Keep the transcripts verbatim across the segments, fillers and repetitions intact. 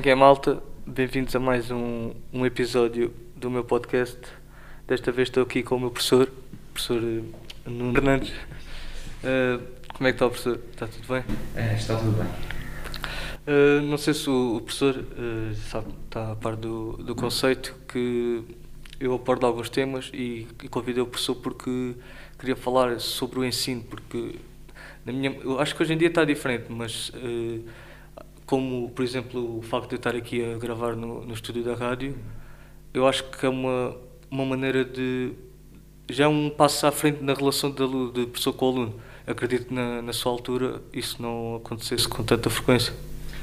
Que é, malta? Bem-vindos a mais um, um episódio do meu podcast. Desta vez estou aqui com o meu professor, professor eh, Nuno Fernandes. Uh, como é que está o professor? Está tudo bem? É, está tudo bem. Uh, não sei se o, o professor uh, sabe, está a par do, do conceito que eu abordo alguns temas e, e convidei o professor porque queria falar sobre o ensino, porque na minha, eu acho que hoje em dia está diferente, mas uh, como, por exemplo, o facto de eu estar aqui a gravar no, no estúdio da rádio, eu acho que é uma, uma maneira de... já é um passo à frente na relação de, alu- de professor com o aluno. Acredito que na, na sua altura isso não acontecesse com tanta frequência.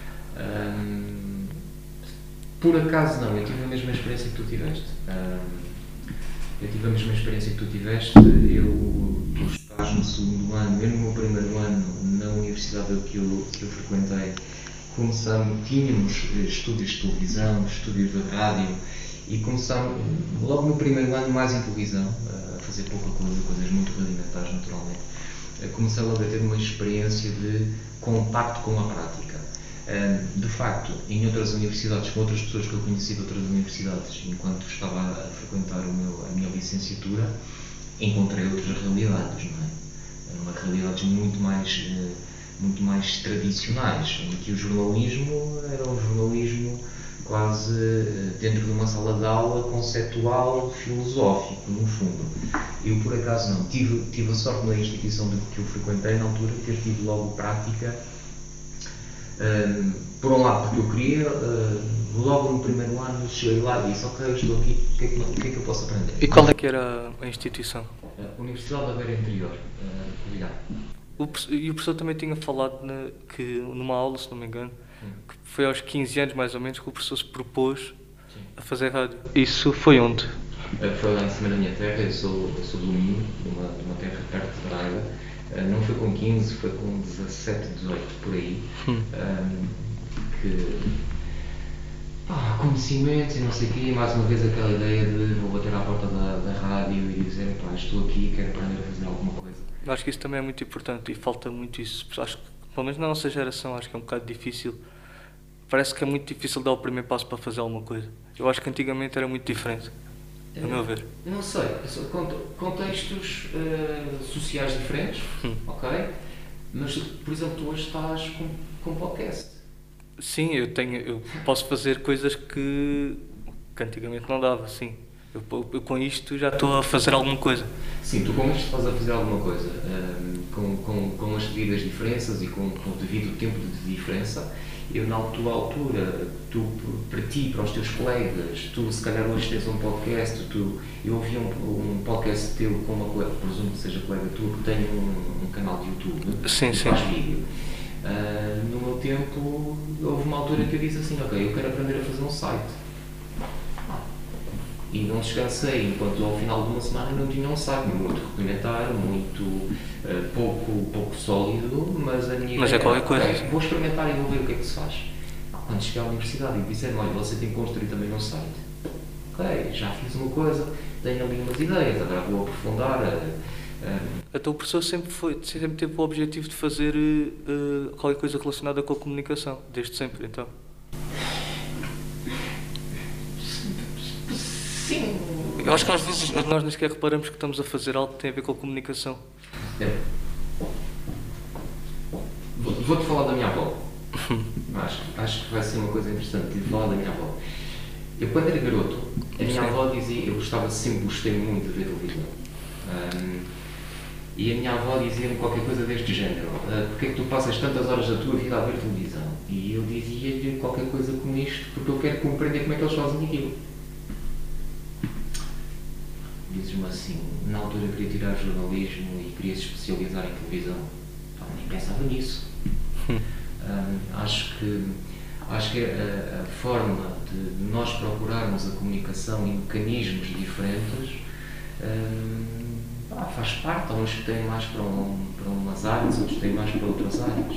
Hum, por acaso não, eu tive a mesma experiência que tu tiveste. Hum, eu tive a mesma experiência que tu tiveste. Eu, tu estás no segundo ano, eu no meu primeiro ano, na universidade que eu, que eu frequentei, começamos, tínhamos estúdios de televisão, estúdios de rádio, e começámos, logo no primeiro ano, mais em televisão, a fazer pouca coisa, coisas muito rudimentares naturalmente. Comecei logo a ter uma experiência de contacto com a prática. De facto, em outras universidades, com outras pessoas que eu conheci de outras universidades, enquanto estava a frequentar o meu, a minha licenciatura, encontrei outras realidades, não é? Uma realidades muito mais, muito mais tradicionais, em que o jornalismo era um jornalismo quase dentro de uma sala de aula conceptual, filosófico, no fundo. Eu, por acaso, não. Tive, tive a sorte na instituição de que eu frequentei, na altura, de ter tido logo prática. Um, por um lado, porque eu queria, uh, logo no primeiro ano, cheguei lá e disse: Ok, estou aqui, o que é que, o que, é que eu posso aprender? E qual é que era a instituição? Uh, Universidade da Beira Interior, uh, Covilhã. O, profe- e o professor também tinha falado na, que numa aula, se não me engano, que foi aos quinze anos mais ou menos que o professor se propôs Sim. a fazer rádio. Isso foi onde? Uh, foi lá em cima da minha terra, eu sou, eu sou do Minho, de uma, de uma terra perto de Braga. Uh, não foi com quinze, foi com dezassete, dezoito, por aí. Hum. Um, que ah, conhecimentos e não sei o quê, mais uma vez aquela ideia de vou bater à porta da, da rádio e dizer: pá, estou aqui e quero aprender a fazer alguma coisa. Eu acho que isso também é muito importante e falta muito isso. Acho que, pelo menos na nossa geração, acho que é um bocado difícil. Parece que é muito difícil dar o primeiro passo para fazer alguma coisa. Eu acho que antigamente era muito diferente, a meu ver. Não sei, contextos uh, sociais diferentes, Hum. ok? Mas, por exemplo, tu hoje estás com, com podcast. Sim, eu tenho, eu posso fazer coisas que, que antigamente não dava, sim. Eu, eu com isto já estou a fazer alguma coisa. Sim, tu com isto estás a fazer alguma coisa, um, com, com, com as devidas diferenças e com, com o devido tempo de diferença. Eu, na tua altura, tu, para ti, para os teus colegas, tu se calhar hoje tens um podcast, tu, eu ouvi um, um podcast teu com uma colega, presumo que seja colega tua, que tem um, um canal de YouTube, Sim, que sim. faz vídeo. Uh, no meu tempo, houve uma altura que eu disse assim: Ok, eu quero aprender a fazer um site. E não descansei, enquanto ao final de uma semana não tinha um site muito rudimentar, muito uh, pouco, pouco sólido, mas a minha Mas ideia é qualquer era, coisa. "Ok, vou experimentar e vou ver o que é que se faz." Quando cheguei à universidade e disseram: olha, você tem que construir também um site. Ok, já fiz uma coisa, tenho ali umas ideias, agora vou aprofundar. Uh, uh, Então o professor sempre, foi, sempre teve o objetivo de fazer uh, qualquer coisa relacionada com a comunicação, desde sempre, então. Sim. Eu acho que às vezes nós nem sequer reparamos que estamos a fazer algo que tem a ver com a comunicação. É. Vou- Vou-te falar da minha avó. acho, acho que vai ser uma coisa interessante de falar da minha avó. Eu, quando era garoto, a minha Sim. avó dizia, eu gostava sempre, gostei muito de ver televisão. Ahm, e a minha avó dizia-me qualquer coisa deste género: "Ah, porque é que tu passas tantas horas da tua vida a ver televisão?" E eu dizia-lhe qualquer coisa como isto, porque eu quero compreender como é que eles fazem aquilo. Dizes-me assim: na altura eu queria tirar jornalismo e queria se especializar em televisão. Ah, nem pensava nisso. Hum. Hum, acho que, acho que a, a forma de nós procurarmos a comunicação em mecanismos diferentes hum, ah, faz parte. Há uns que têm mais para, um, para umas áreas, outros têm mais para outras áreas.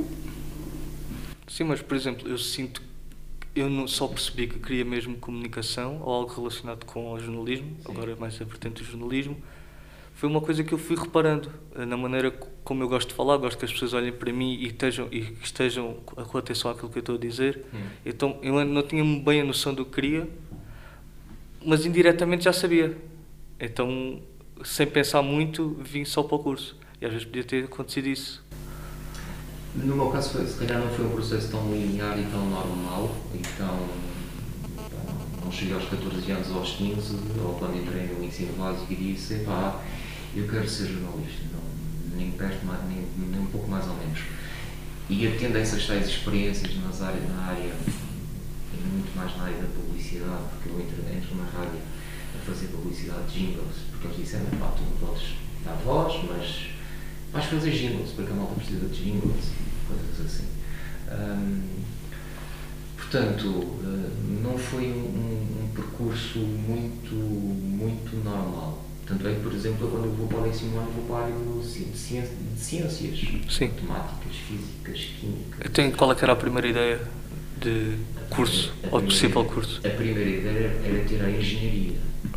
Sim, mas por exemplo, eu sinto que eu não só percebi que queria mesmo comunicação ou algo relacionado com o jornalismo, Sim. agora mais a vertente do jornalismo, foi uma coisa que eu fui reparando eh, na maneira co- como eu gosto de falar, gosto que as pessoas olhem para mim e estejam, e que estejam co- com atenção àquilo que eu estou a dizer. Hum. Então eu não tinha bem a noção do que queria, mas indiretamente já sabia. Então, sem pensar muito, vim só para o curso. E às vezes podia ter acontecido isso. No meu caso, foi, se calhar não foi um processo tão linear e tão normal, então não cheguei aos catorze anos ou aos quinze, ou quando entrei no ensino básico e disse, pá, eu quero ser jornalista, não, nem perto, mais, nem, nem um pouco mais ou menos. E tendo essas tais experiências nas áreas, na área, e muito mais na área da publicidade, porque eu entro, entro na rádio a fazer publicidade de jingles, porque eles disseram, pá, tu não podes dar voz, mas vais fazer jingles, porque a malta precisa de jingles, coisas assim. Hum, portanto, uh, não foi um, um, um percurso muito, muito normal. Tanto é que, por exemplo, quando eu vou para o décimo ano, vou para a área de ciências, de ciências Sim. matemáticas, físicas, químicas. Então, qual é que era a primeira ideia de curso, A ou de possível primeira- curso? A primeira ideia era ter a engenharia.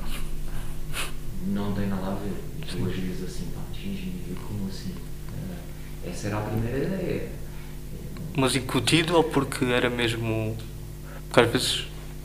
Não tem nada a ver. E tu hoje dizes assim, pá, engenharia, como assim? Uh, essa era a primeira ideia. Mas incutido ou porque era mesmo. Porque às vezes.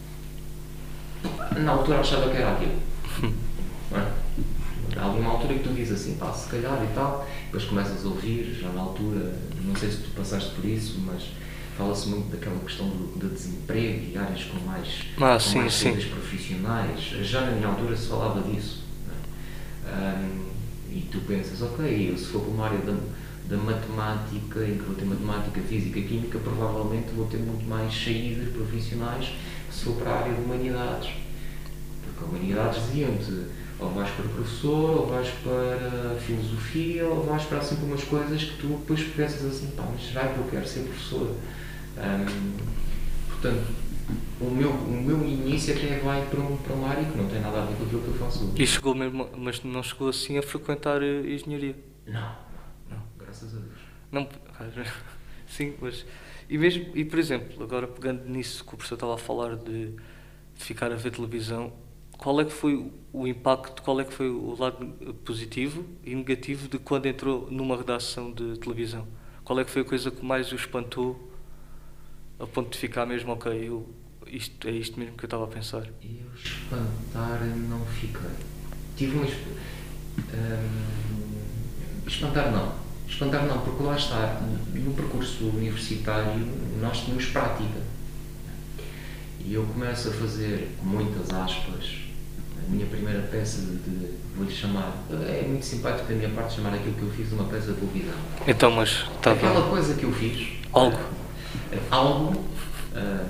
Na altura achava que era aquilo. Não é? Há alguma altura que tu dizes assim, pá, se calhar e tal, depois começas a ouvir, já na altura, não sei se tu passaste por isso, mas fala-se muito daquela questão do, do desemprego e áreas com mais, Ah, com sim, mais sim. saídas profissionais. Já na minha altura se falava disso. Não é? Ahm, e tu pensas, ok, eu se for para uma área da, da matemática, em que vou ter matemática, física, química, provavelmente vou ter muito mais saídas profissionais que se for para a área de humanidades. Porque a humanidades diziam-te, ou vais para professor, ou vais para filosofia, ou vais para assim para umas coisas que tu depois pensas assim, pá, mas será que eu quero ser professor? Hum, portanto, o meu, o meu início até vai para, um, para uma área que não tem nada a ver com aquilo que eu faço hoje. E chegou mesmo, mas não chegou assim a frequentar eh, engenharia. Não, não, graças a Deus. Não, sim, mas. E mesmo, e por exemplo, agora pegando nisso que o professor estava a falar de, de ficar a ver televisão, qual é que foi o- o impacto, qual é que foi o lado positivo e negativo de quando entrou numa redação de televisão? Qual é que foi a coisa que mais o espantou a ponto de ficar mesmo, ok, eu, isto, é isto mesmo que eu estava a pensar? Eu espantar não fiquei. Tive uma. esp- hum, espantar não. Espantar não, porque lá está, no percurso universitário nós tínhamos prática. E eu começo a fazer, com muitas aspas, a minha primeira peça de, de vou-lhe chamar, é muito simpático da minha parte chamar aquilo que eu fiz uma peça de televisão. Então, mas estava Aquela coisa que eu fiz, algo. eh, algo, ah,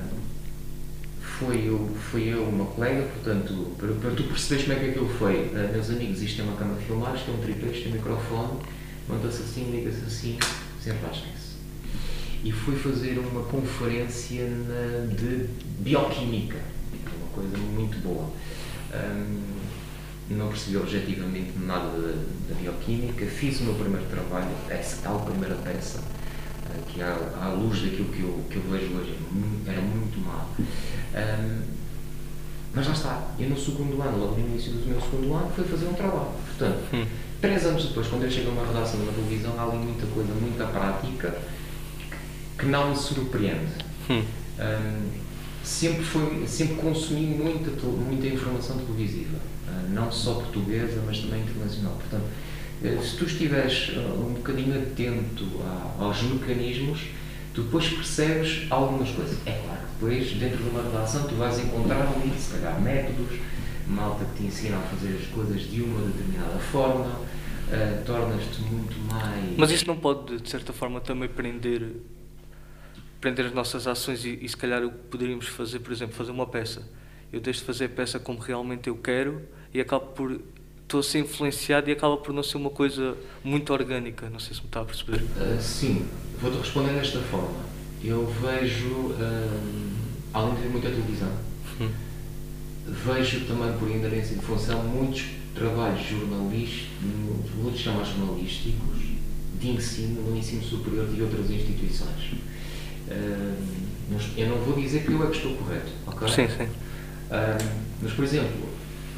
foi eu, foi eu, uma colega, portanto, para, para tu perceberes como é que aquilo foi, ah, meus amigos, isto é uma câmara de filmar, isto é um tripé, isto é um microfone, monta-se assim, liga-se assim, sempre esquece. E fui fazer uma conferência na- de bioquímica, uma coisa muito boa. Hum, não percebi objetivamente nada da, da bioquímica, fiz o meu primeiro trabalho, essa tal primeira peça, ah, que à, à luz daquilo que eu, que eu vejo hoje é mu- era muito má. Hum, mas lá está, eu no segundo ano, logo no início do meu segundo ano, fui fazer um trabalho. Portanto, Hum. três anos depois, quando eu chego a uma redação de uma televisão, há ali muita coisa, muita prática, que não me surpreende. Hum. Um, sempre, foi, sempre consumi muita, te- muita informação televisiva, uh, não só portuguesa, mas também internacional. Portanto, uh, se tu estiveres uh, um bocadinho atento a- aos mecanismos, tu depois percebes algumas coisas. É claro que depois, dentro de uma redação, tu vais encontrar ali, se calhar, métodos, malta que te ensina a fazer as coisas de uma determinada forma, uh, tornas-te muito mais... Mas isso não pode, de certa forma, também prender, prender as nossas ações e, e se calhar o que poderíamos fazer, por exemplo, fazer uma peça. Eu deixo de fazer a peça como realmente eu quero e acabo por... estou a ser influenciado e acaba por não ser uma coisa muito orgânica. Não sei se me está a perceber. Uh, sim, vou-te responder desta forma. Eu vejo, uh, além de ver muita televisão, Hum. vejo também por inerência de função muitos trabalhos jornalísticos, vou-te chamar jornalísticos, de ensino no ensino superior de outras instituições. Uh, mas eu não vou dizer que eu é que estou correto, ok? Sim, sim. Uh, mas, por exemplo,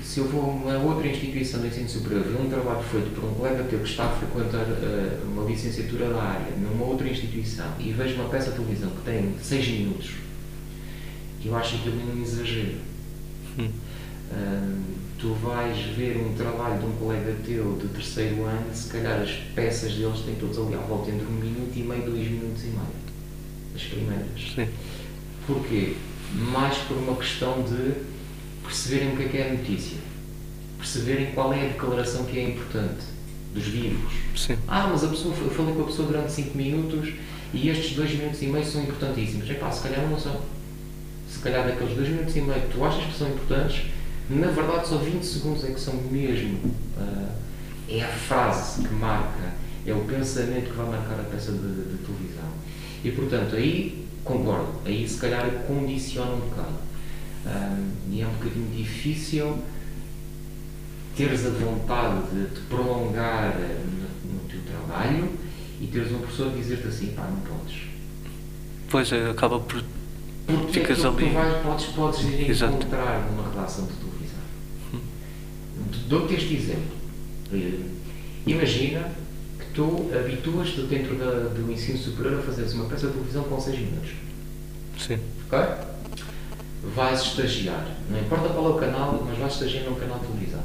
se eu vou a uma outra instituição de ensino superior, ver um trabalho feito por um colega teu que está a frequentar uh, uma licenciatura da área, numa outra instituição, e vejo uma peça de televisão que tem seis minutos, eu acho aquilo um exagero. Hum. Uh, tu vais ver um trabalho de um colega teu de terceiro ano, se calhar as peças deles têm todos ali à volta entre um minuto e meio, dois minutos e meio. As primeiras. Sim. Porquê? Mais por uma questão de perceberem o que é que é a notícia. Perceberem qual é a declaração que é importante dos vírus. Sim. Ah, mas a pessoa, eu falei com a pessoa durante cinco minutos e estes dois minutos e meio são importantíssimos. Epá, se calhar não são. Se calhar daqueles dois minutos e meio que tu achas que são importantes, na verdade só vinte segundos é que são mesmo. Uh, é a frase que marca, é o pensamento que vai marcar a peça de, de televisão. E portanto, aí concordo, aí se calhar condiciona um bocado. Um, e é um bocadinho difícil teres a vontade de te prolongar no, no teu trabalho e teres um professor a dizer-te assim, pá, não podes. Pois é, acaba por... Porque ficas tu, ali... tu vais, podes, podes ir Exato. encontrar numa relação de televisão. Hum. Dou-te este exemplo. Imagina que tu habituas-te dentro da, do ensino superior a fazeres uma peça de televisão com seis minutos. Sim. Ok? Vais estagiar. Não importa qual é o canal, mas vais estagiar num canal de televisão.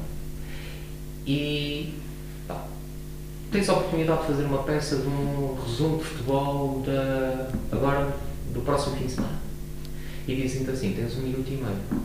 E pá, tens a oportunidade de fazer uma peça de um resumo de futebol da, agora do próximo fim de semana. E dizem-te assim, tens um minuto e meio.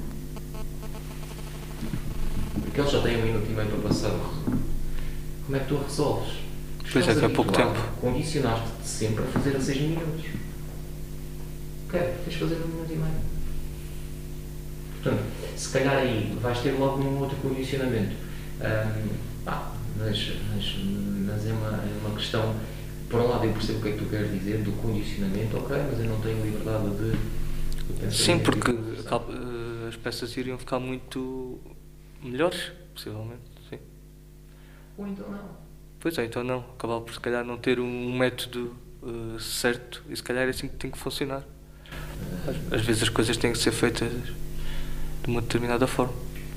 Porque eles já têm um minuto e meio para passar o resumo. Como é que tu a resolves? Pois é, que é pouco tempo. Condicionaste-te sempre a fazer a seis minutos. Ok, tens de fazer um minuto e meio. Portanto, se calhar aí vais ter logo um outro condicionamento. Um, ah, mas, mas, mas é, uma, é uma questão, por um lado eu percebo o que é que tu queres dizer, do condicionamento, ok, mas eu não tenho liberdade de, de pensar. Sim, porque acaba, as peças iriam ficar muito melhores, possivelmente, sim. Ou então não. Pois é, então não, acabava por se calhar não ter um método uh, certo e se calhar é assim que tem que funcionar. Às, às vezes as coisas têm que ser feitas de uma determinada forma.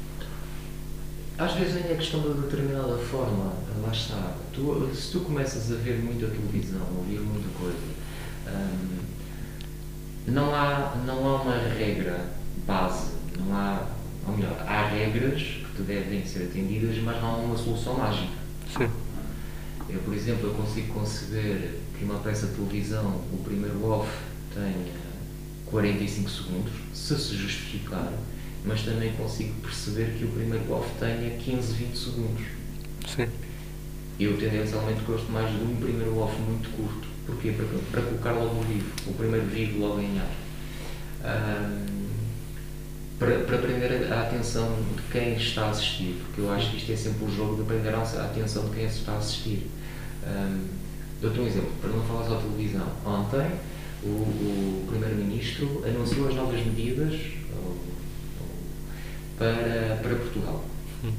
Às vezes nem é questão da determinada forma, lá está. Tu, se tu começas a ver muita televisão, a ouvir muita coisa, hum, não, há, não há uma regra base, não há, ou melhor, há regras que devem ser atendidas, mas não há uma solução mágica. Sim. Eu, por exemplo, eu consigo conceber que uma peça de televisão, o primeiro off tenha quarenta e cinco segundos, se se justificar, mas também consigo perceber que o primeiro off tenha quinze, vinte segundos. Sim. Eu tendencialmente gosto mais de um primeiro off muito curto. Porquê? Para, para colocar logo o vivo. O primeiro vivo logo em ar. Um, para, para prender a atenção de quem está a assistir. Porque eu acho que isto é sempre o jogo de prender a atenção de quem está a assistir. Um, Dou-te um exemplo, para não falar só de televisão. Ontem, o, o Primeiro-Ministro anunciou as novas medidas Para, para Portugal. Hum.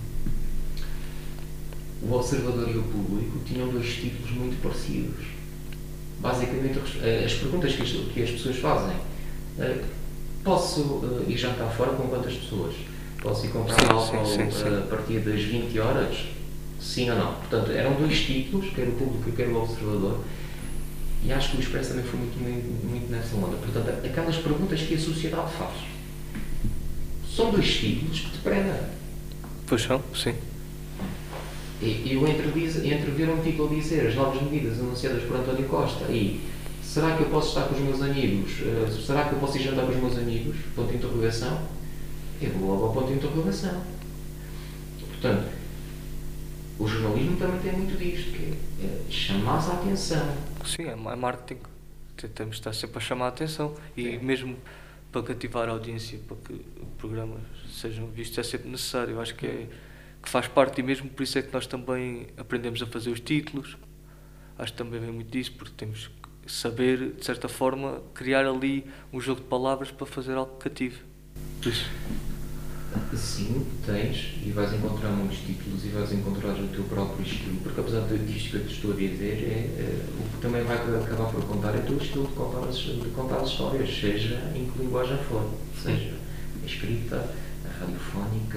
O Observador e o Público tinham dois títulos muito parecidos. Basicamente, as perguntas que as, que as pessoas fazem. Posso ir jantar fora com quantas pessoas? Posso ir comprar álcool a partir das vinte horas? Sim ou não? Portanto, eram dois títulos, quer o Público e quer o Observador, e acho que o Expresso também foi muito, muito, muito nessa onda. Portanto, aquelas perguntas que a sociedade faz. São dois títulos que te prendem. Pois são, sim. Eu entre, entre ver um título dizer as novas medidas anunciadas por António Costa e será que eu posso estar com os meus amigos? Uh, será que eu posso ir jantar com os meus amigos? Ponto de interrogação. Eu vou logo ao ponto de interrogação. Portanto, o jornalismo também tem muito disto, que é, é chamar-se a atenção. Sim, é marketing. Tentamos estar sempre a chamar a atenção e é. mesmo para cativar a audiência, para que programas sejam vistos, é sempre necessário. Eu acho que, é, que faz parte e mesmo por isso é que nós também aprendemos a fazer os títulos. Acho que também vem muito disso, porque temos que saber, de certa forma, criar ali um jogo de palavras para fazer algo cativo. Isso. Sim, tens, e vais encontrar muitos títulos e vais encontrar o teu próprio estilo, porque apesar disto que eu te estou a dizer, é, é, o que também vai acabar por contar é o teu estilo de contar as, de contar as histórias, seja em que linguagem for, seja a escrita, a radiofónica,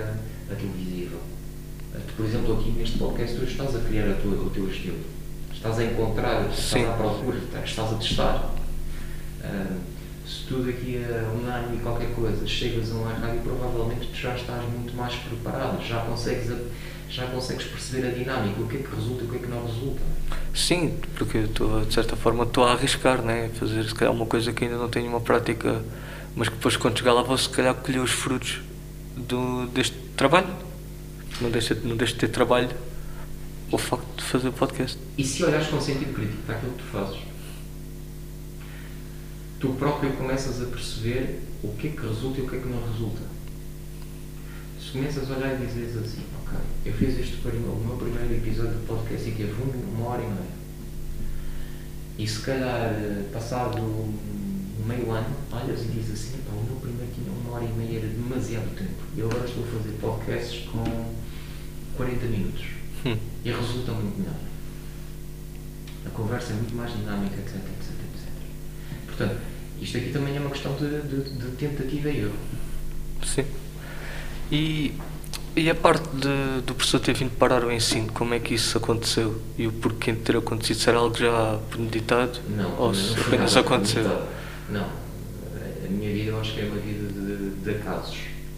a televisiva. Tu, por exemplo, aqui neste podcast, tu estás a criar a tua, o teu estilo. Estás a encontrar, Sim. estás à procura, estás a testar. Uh, se tu daqui a um ano e qualquer coisa chegas a uma rádio, provavelmente tu já estás muito mais preparado, já consegues, a, já consegues perceber a dinâmica, o que é que resulta e o que é que não resulta. Sim, porque eu estou, de certa forma, estou a arriscar, né? Fazer se calhar uma coisa que ainda não tenho uma prática, mas que depois quando chegar lá vou se calhar colher os frutos do, deste trabalho. Não deixa, não deixa de ter trabalho o facto de fazer podcast. E se olhares com sentido crítico para aquilo que tu fazes, tu próprio começas a perceber o que é que resulta e o que é que não resulta. Se começas a olhar e dizes assim, ok, eu fiz este o meu primeiro episódio de podcast e teve uma hora e meia. E se calhar, passado meio ano, olhas e dizes assim, pá, o meu primeiro tinha uma hora e meia, era demasiado tempo. E eu agora estou a fazer podcasts com quarenta minutos. Hum. E resulta muito melhor. A conversa é muito mais dinâmica, etc, etc, etcétera. Portanto, isto aqui também é uma questão de, de, de tentativa e erro. Sim. E, e a parte de, do professor ter vindo parar o ensino, como é que isso aconteceu? E o porquê de ter acontecido? Será algo já premeditado? Não, ou não, se não apenas aconteceu? Premeditado. Não. A minha vida eu acho que é uma vida de, de acasos.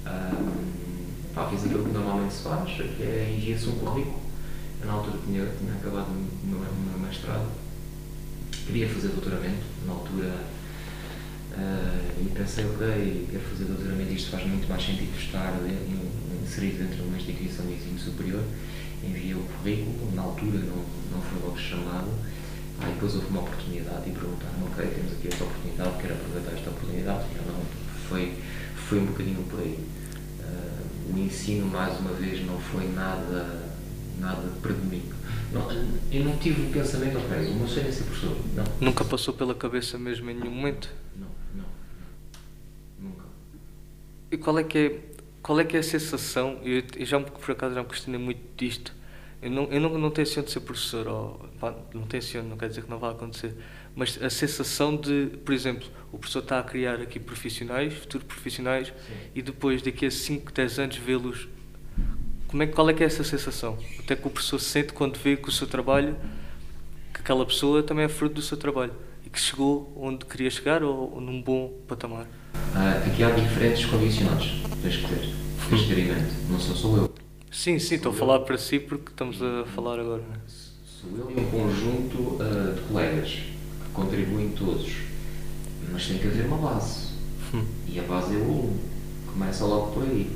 Um, pá, fiz aquilo que normalmente se faz, que é envia-se um currículo. Eu, na altura tinha, tinha acabado o meu, meu mestrado. Queria fazer doutoramento, na altura, uh, e pensei, ok, quero fazer doutoramento, isto faz muito mais sentido estar inserido dentro de uma instituição de ensino superior. Enviei o currículo, na altura não, não foi logo chamado, aí depois houve uma oportunidade e perguntaram, ok, temos aqui esta oportunidade, quero aproveitar esta oportunidade, e não, foi, foi um bocadinho por aí. Uh, o ensino, mais uma vez, não foi nada, nada predominante. Não, eu não tive o pensamento, ok, o meu sonho é ser professor. Não. Nunca passou pela cabeça mesmo em nenhum momento? Não, não, não. Nunca. E qual é que é, qual é, que é a sensação? Eu, eu já, por acaso, já me questionei muito disto. Eu não, eu não, não tenciono de ser professor, ou, pá, não tenciono, não quer dizer que não vai acontecer. Mas a sensação de, por exemplo, o professor está a criar aqui profissionais, futuros profissionais, sim, e depois, daqui a cinco, dez anos, vê-los. Como é, qual é que é essa sensação? Até que o professor sente quando vê que o seu trabalho, que aquela pessoa também é fruto do seu trabalho e que chegou onde queria chegar ou, ou num bom patamar. Ah, aqui há diferentes condicionantes, tens que ter, tens que ter em mente, não sou só eu. Sim, sim, estou a falar para si porque estamos a falar agora. Não é? Sou eu e um conjunto uh, de colegas que contribuem todos, mas tem que haver uma base. Hum. E a base é o aluno, começa logo por aí.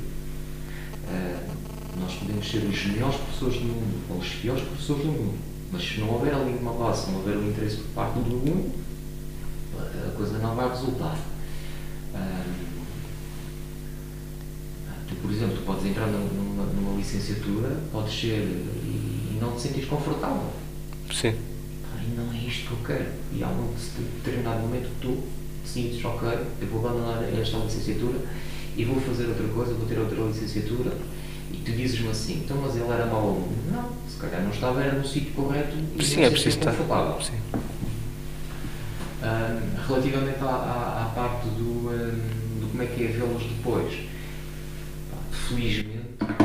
Uh, nós podemos ser os melhores professores do mundo ou os piores professores do mundo, mas se não houver ali uma base, se não houver um interesse por parte do aluno, a coisa não vai resultar. Uh, Tu, por exemplo, tu podes entrar numa, numa licenciatura, podes ser e, e não te sentires confortável. Sim. E não é isto que eu quero. E há um determinado momento que tu decides, ok, eu vou abandonar esta licenciatura e vou fazer outra coisa, vou ter outra licenciatura. E tu dizes-me assim, então, mas ele era mau aluno. Não, se calhar não estava, era no sítio correto e sim, não é preciso estar confortável. Sim. Um, relativamente à, à, à parte do, um, do como é que é vê-los depois. Felizmente,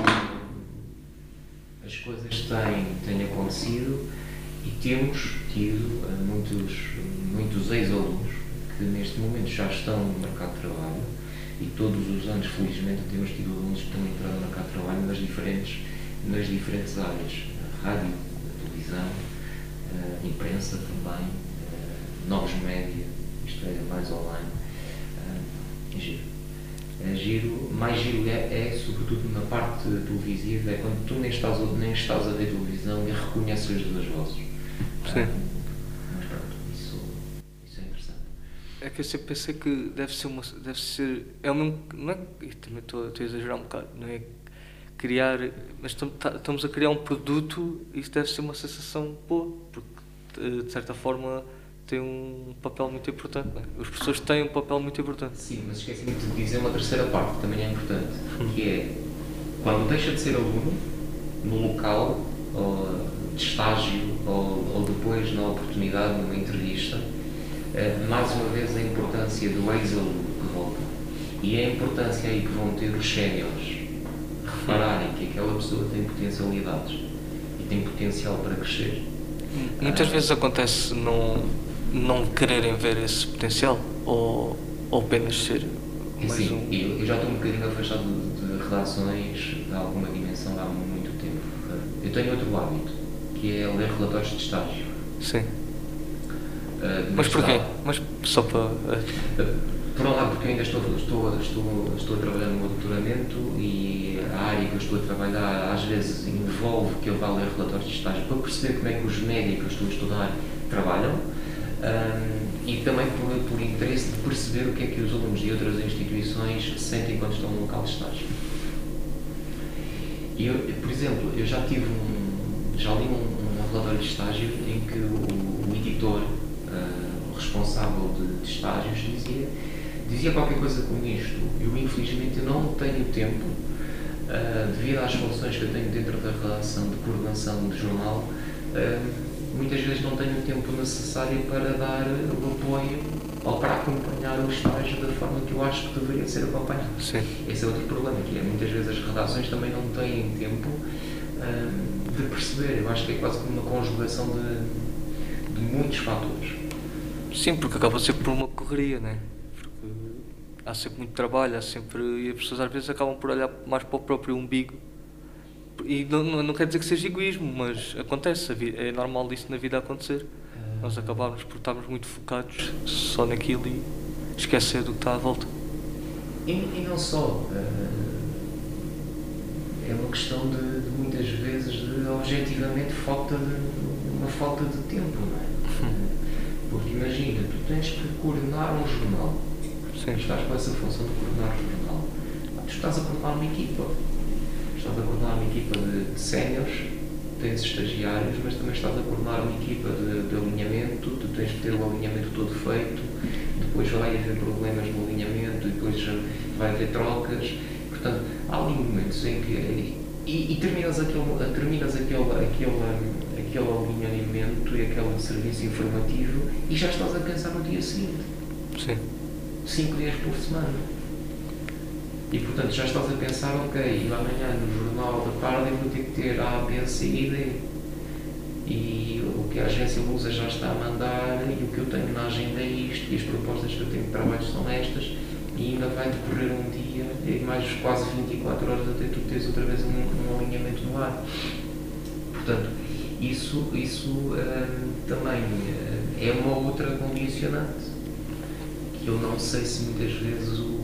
as coisas têm, têm acontecido e temos tido muitos, muitos ex-alunos que neste momento já estão no mercado de trabalho e todos os anos, felizmente, temos tido alunos que estão entrando no mercado de trabalho nas diferentes, nas diferentes áreas, rádio, televisão, imprensa também, novos média, isto é, mais online, é giro. É giro, mais giro é, é sobretudo na parte televisiva, é quando tu nem estás, nem estás a ver televisão e reconheces as duas vozes. Sim. Ah, mas pronto, isso, isso é interessante. É que eu sempre pensei que deve ser uma. Deve ser. É o mesmo. Não é, e também estou, estou a exagerar um bocado, não é criar. Mas estamos a criar um produto e isso deve ser uma sensação boa, porque de certa forma tem um papel muito importante, não é? Os professores têm um papel muito importante. Sim, mas esqueci-me de dizer uma terceira parte que também é importante, que é quando deixa de ser aluno, no local ou de estágio ou, ou depois na oportunidade, numa entrevista, mais uma vez a importância do ex-aluno que volta e a importância aí que vão ter os séniores repararem que aquela pessoa tem potencialidades e tem potencial para crescer. Muitas ah, vezes acontece não, não quererem ver esse potencial ou, ou apenas ser mais sim, um... eu, eu já estou um bocadinho afastado de, de redações de alguma dimensão há muito tempo. Eu tenho outro hábito, que é ler relatórios de estágio. Sim. Uh, Mas porquê? Mas só para... Uh, por um lado, porque eu ainda estou, estou, estou, estou a trabalhar no meu doutoramento e a área que eu estou a trabalhar às vezes envolve que eu vá ler relatórios de estágio para perceber como é que os médicos que eu estou a estudar trabalham. Um, e também por, por interesse de perceber o que é que os alunos de outras instituições sentem quando estão no local de estágio. E eu, por exemplo, eu já tive um, já li um, um relatório de estágio em que o, o editor, uh, o responsável de, de estágios, dizia, dizia qualquer coisa como isto. Eu, infelizmente, eu não tenho tempo, uh, devido às funções que eu tenho dentro da redação de coordenação de jornal, uh, muitas vezes não tenho o tempo necessário para dar o apoio ou para acompanhar o estágio da forma que eu acho que deveria ser acompanhado. Sim. Esse é outro problema, que é muitas vezes as redações também não têm tempo hum, de perceber. Eu acho que é quase como uma conjugação de, de muitos fatores. Sim, porque acaba sempre por uma correria, né? Porque há sempre muito trabalho, há sempre... e as pessoas às vezes acabam por olhar mais para o próprio umbigo. E não, não, não quer dizer que seja egoísmo, mas acontece, é normal isso na vida acontecer. Nós acabamos por estarmos muito focados só naquilo e esquecer do que está à volta. E, e não só. É uma questão de, de muitas vezes de objetivamente falta de, uma falta de tempo, não é? Porque imagina, tu tens que coordenar um jornal. Sim. Estás com essa função de coordenar um jornal. Tu estás a coordenar uma equipa. Estás a coordenar uma equipa de, de séniores, tens estagiários, mas também estás a coordenar uma equipa de, de alinhamento, tu tens que ter o alinhamento todo feito, depois vai haver problemas no alinhamento, e depois vai haver trocas. Portanto, há ali momentos em que... E, e terminas, aquele, terminas aquele, aquele, aquele alinhamento e aquele serviço informativo e já estás a pensar no dia seguinte. Sim. Cinco dias por semana. E, portanto, já estás a pensar, ok, e amanhã no jornal da tarde eu vou ter que ter A, B, C e D. E o que a agência Lusa já está a mandar, e o que eu tenho na agenda é isto, e as propostas que eu tenho de trabalho são estas, e ainda vai decorrer um dia, e mais quase vinte e quatro horas até tu teres outra vez um, um alinhamento no ar. Portanto, isso, isso hum, também hum, é uma outra condicionante, que eu não sei se muitas vezes o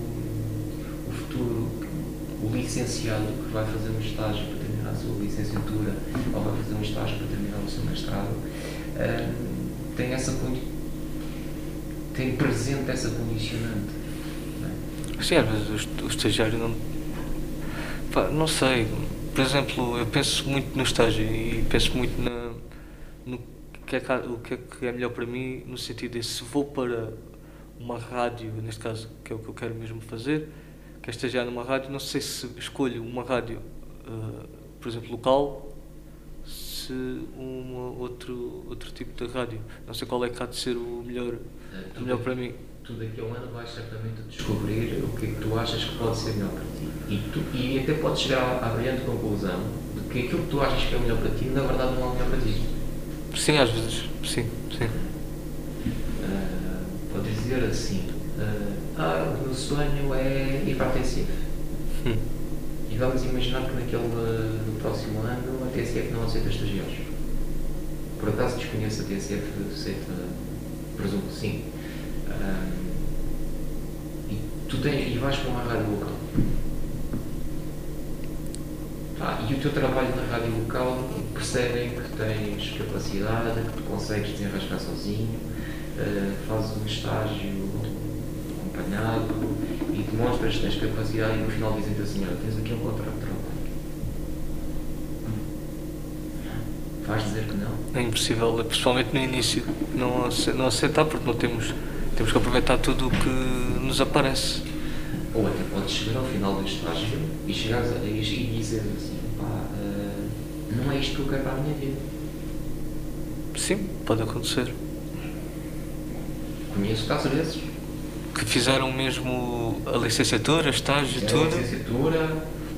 o licenciado que vai fazer um estágio para terminar a sua licenciatura ou vai fazer um estágio para terminar o seu mestrado um, tem essa tem presente essa condicionante, não é? Sim, às vezes o estagiário não... Pá, não sei, por exemplo, eu penso muito no estágio e penso muito na, no que é que, o que é que é melhor para mim, no sentido de se vou para uma rádio, neste caso, que é o que eu quero mesmo fazer, que é estagiar numa rádio, não sei se escolho uma rádio, uh, por exemplo, local, se um outro, outro tipo de rádio. Não sei qual é que há de ser o melhor, uh, o melhor para mim. Tu daqui a um ano vais certamente descobrir o que é que tu achas que pode ser melhor para ti. E, tu, e até podes chegar à, à brilhante conclusão de que aquilo que tu achas que é melhor para ti, na verdade não é o melhor para ti. Sim, às vezes, sim, sim. Uh, podes dizer assim, uh, ah, o meu sonho é ir para a T S F. Hum. E vamos imaginar que naquele, no próximo ano a T S F não aceita estagiários. Por acaso desconheço a T S F, aceita, presumo que sim. Um, e tu tens, e vais para uma rádio local. Ah, e o teu trabalho na rádio local percebem que tens capacidade, que tu consegues desenrascar sozinho, uh, fazes um estágio acompanhado e demonstras que tens capacidade e no final dizem-te assim, olha, tens aqui um contrato de trabalho. Vais dizer que não? É impossível, principalmente no início, não, não aceitar porque não temos, temos que aproveitar tudo o que nos aparece. Ou até podes chegar ao final do estágio e, chegares a, e, e dizer assim, pá, uh, não é isto que eu quero para a minha vida. Sim, pode acontecer. Conheço casos desses. Que fizeram mesmo a licenciatura, estágio, fizeram tudo. A licenciatura,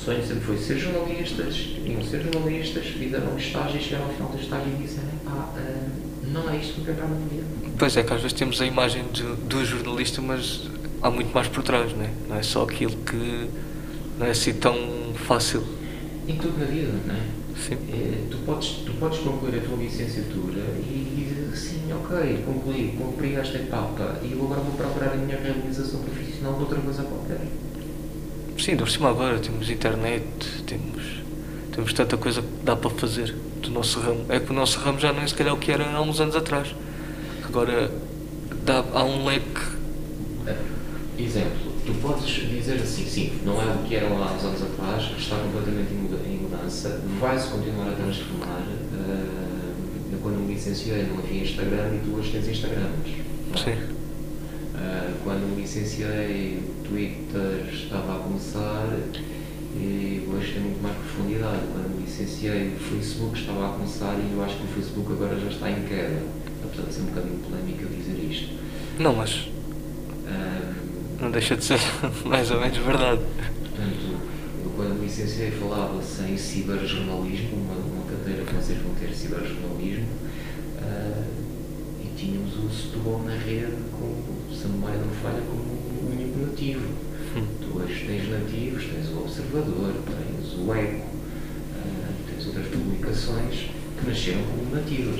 sonho sempre foi ser jornalistas, queriam ser jornalistas, fizeram um estágio e chegaram ao final do estágio e disseram, pá, uh, não é isto que eu quero para a minha vida. Pois é, que às vezes temos a imagem de, do jornalista, mas há muito mais por trás, não é? Não é só aquilo que não é assim tão fácil. Em tudo na vida, não é? Sim. É, tu, podes, tu podes concluir a tua licenciatura e dizer assim, ok, concluí, cumpri esta etapa e eu agora vou procurar a minha realização profissional de outra coisa qualquer. Sim, por cima agora temos internet, temos, temos tanta coisa que dá para fazer do nosso ramo. É que o nosso ramo já não é se calhar o que era há uns anos atrás. Agora dá, há um leque. Exemplo, tu podes dizer assim, sim, não é o que era há uns anos atrás, está completamente em mudança, vai-se continuar a transformar. Eu quando me licenciei não havia Instagram e tu hoje tens Instagram. Sim. Uh, quando me licenciei, o Twitter estava a começar e hoje tem muito mais profundidade. Quando me licenciei, o Facebook estava a começar e eu acho que o Facebook agora já está em queda. Apesar de ser um bocadinho polémico dizer isto. Não, mas uh, não deixa de ser mais ou menos verdade. Portanto, eu quando me licenciei falava-se em ciberjornalismo, uma, uma cadeira que vocês vão ter ciberjornalismo. Uh, Tínhamos o Setúbal na rede, com, se a memória não falha, como o único nativo. Hum. Tu hoje tens nativos, tens o Observador, tens o Eco, uh, tens outras publicações que nasceram como nativas.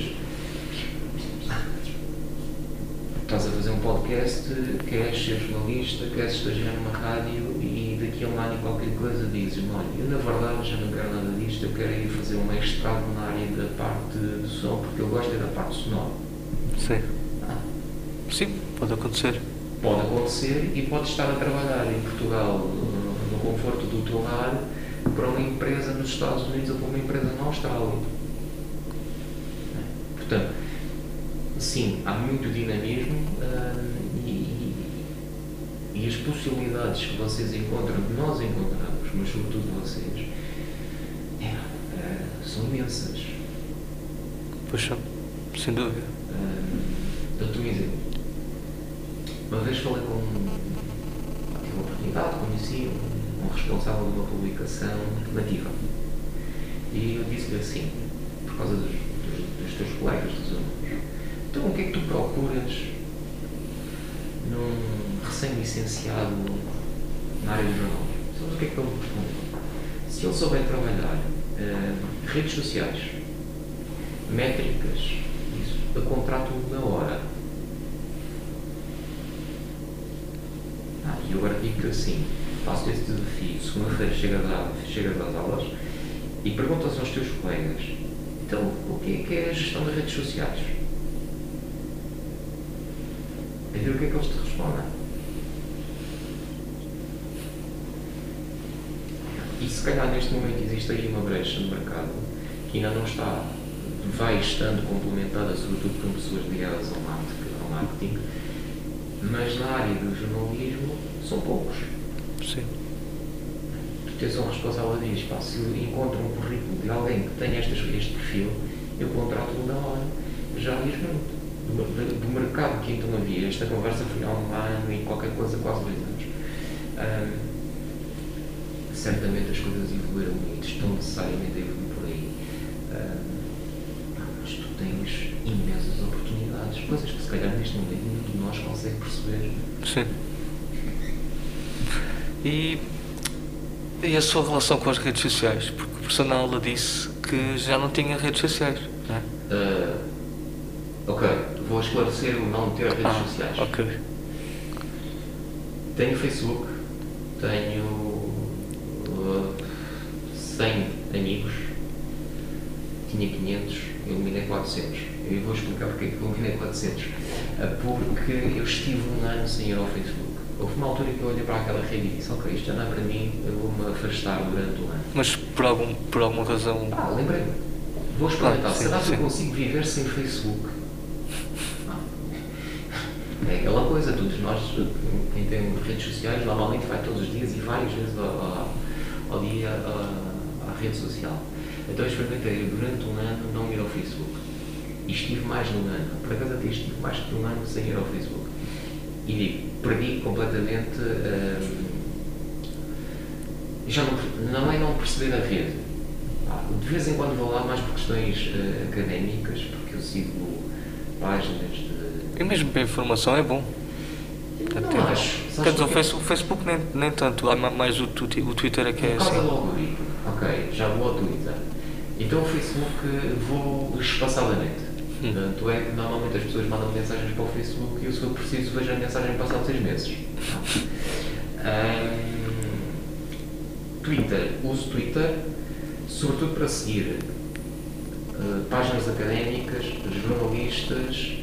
Estás a fazer um podcast, queres ser jornalista, queres estagiar numa rádio e daqui a um ano e qualquer coisa dizes, olha, eu na verdade já não quero nada disto, eu quero ir fazer um mestrado na área da parte do som, porque eu gosto é da parte sonora. Sim. Ah. Sim, pode acontecer. Pode acontecer e pode estar a trabalhar em Portugal, no, no conforto do teu lar, para uma empresa nos Estados Unidos ou para uma empresa na Austrália. Portanto, sim, há muito dinamismo uh, e, e as possibilidades que vocês encontram, que nós encontramos, mas sobretudo vocês, é, uh, são imensas. Poxa, sem dúvida. Dou-te um exemplo. Uma vez falei com tive uma oportunidade, conheci um, um responsável de uma publicação nativa. E eu disse-lhe assim, por causa dos, dos, dos teus colegas, dos alunos, então o que é que tu procuras num recém-licenciado na área do jornal? Sabes o que é que ele me respondeu? Se ele souber trabalhar uh, redes sociais, métricas, eu contrato-me na hora. Ah, e eu agora digo assim, faço esse desafio, segunda-feira chega das aulas e perguntas aos teus colegas, então, o que é que é a gestão das redes sociais? E ver o que é que eles te respondem. E se calhar neste momento existe aí uma brecha no mercado que ainda não está, vai estando complementada sobretudo por pessoas ligadas ao marketing, ao marketing, mas na área do jornalismo são poucos. Sim. Tu tens um responsável e diz, pá, se eu encontro um currículo de alguém que tem este, este perfil, eu contrato-o na hora. Já diz muito. Do, do, do mercado que então havia, esta conversa foi há um ano e qualquer coisa, quase dois anos. Um, certamente as coisas evoluíram muito, estão necessariamente a evoluir por aí. Um, mas tu tens imensas oportunidades, coisas que se calhar neste momento nenhum de nós consegue perceber. Sim. E, e a sua relação com as redes sociais? Porque o professor na aula disse que já não tinha redes sociais, não é? Uh, ok, vou esclarecer o não ter redes ah, sociais. Ok. Tenho Facebook, tenho uh, cem amigos, tinha quinhentos, eu eliminei quatrocentos. Eu vou explicar porque é que eu eliminei quatrocentos. Uh, porque eu estive um ano sem ir ao Facebook. Houve uma altura que eu olhei para aquela rede e disse, ok, isto já não é para mim, eu vou-me afastar durante um ano. Mas por, algum, por alguma razão... Ah, lembrei-me. Vou experimentar. Ah, sim, Será que sim. eu consigo viver sem Facebook? Ah. É aquela coisa, todos nós, quem tem redes sociais, normalmente vai todos os dias e várias vezes ao, ao, ao dia à, à rede social. Então eu experimentei durante um ano não ir ao Facebook. E estive mais de um ano. Por acaso até estive mais de um ano sem ir ao Facebook. E digo, perdi completamente hum, já não, não é não perceber a rede. Ah, de vez em quando vou lá mais por questões uh, académicas, porque eu sigo páginas de... E mesmo para a informação é bom. Não Até acho. Quer dizer, o Facebook, o Facebook nem, nem tanto, há mais o, tu- o Twitter é que é Por causa assim. do algoritmo. Ok, já vou ao Twitter. Então o Facebook vou espaçadamente. Hum. Tanto é que normalmente as pessoas mandam mensagens para o Facebook e eu, se for preciso, vejo a mensagem passado seis meses. um, Twitter. Uso Twitter sobretudo para seguir uh, páginas académicas, jornalistas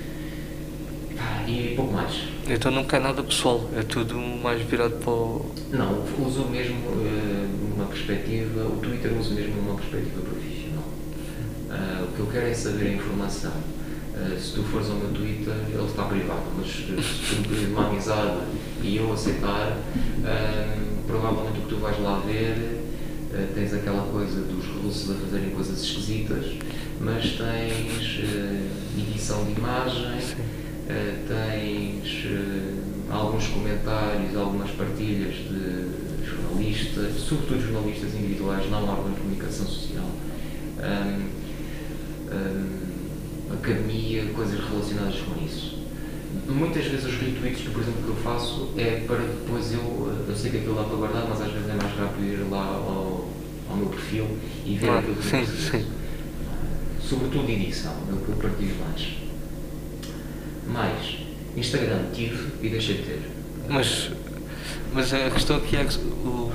pá, e pouco mais. Então não quer nada pessoal, é tudo mais virado para o... Não, uso mesmo uh, numa perspectiva, o Twitter uso mesmo numa perspectiva profissional. Uh, o que eu quero é saber a informação. Uh, se tu fores ao meu Twitter, ele está privado, mas uh, se tu pedir uma amizade e eu aceitar, uh, provavelmente o que tu vais lá ver, uh, tens aquela coisa dos russos a fazerem coisas esquisitas, mas tens uh, edição de imagem, uh, tens uh, alguns comentários, algumas partilhas de jornalistas, sobretudo jornalistas individuais, não órgãos de comunicação social. Um, um, academia, coisas relacionadas com isso. Muitas vezes os retweets, por exemplo, que eu faço é para depois eu, eu sei que aquilo dá para guardar, mas às vezes é mais rápido ir lá ao, ao meu perfil e ver Ah, aquilo que sim, eu preciso. sim. Sobretudo edição, é o que eu partilho mais. Mais, Instagram tive e deixei de ter. Mas, mas a questão aqui é que o,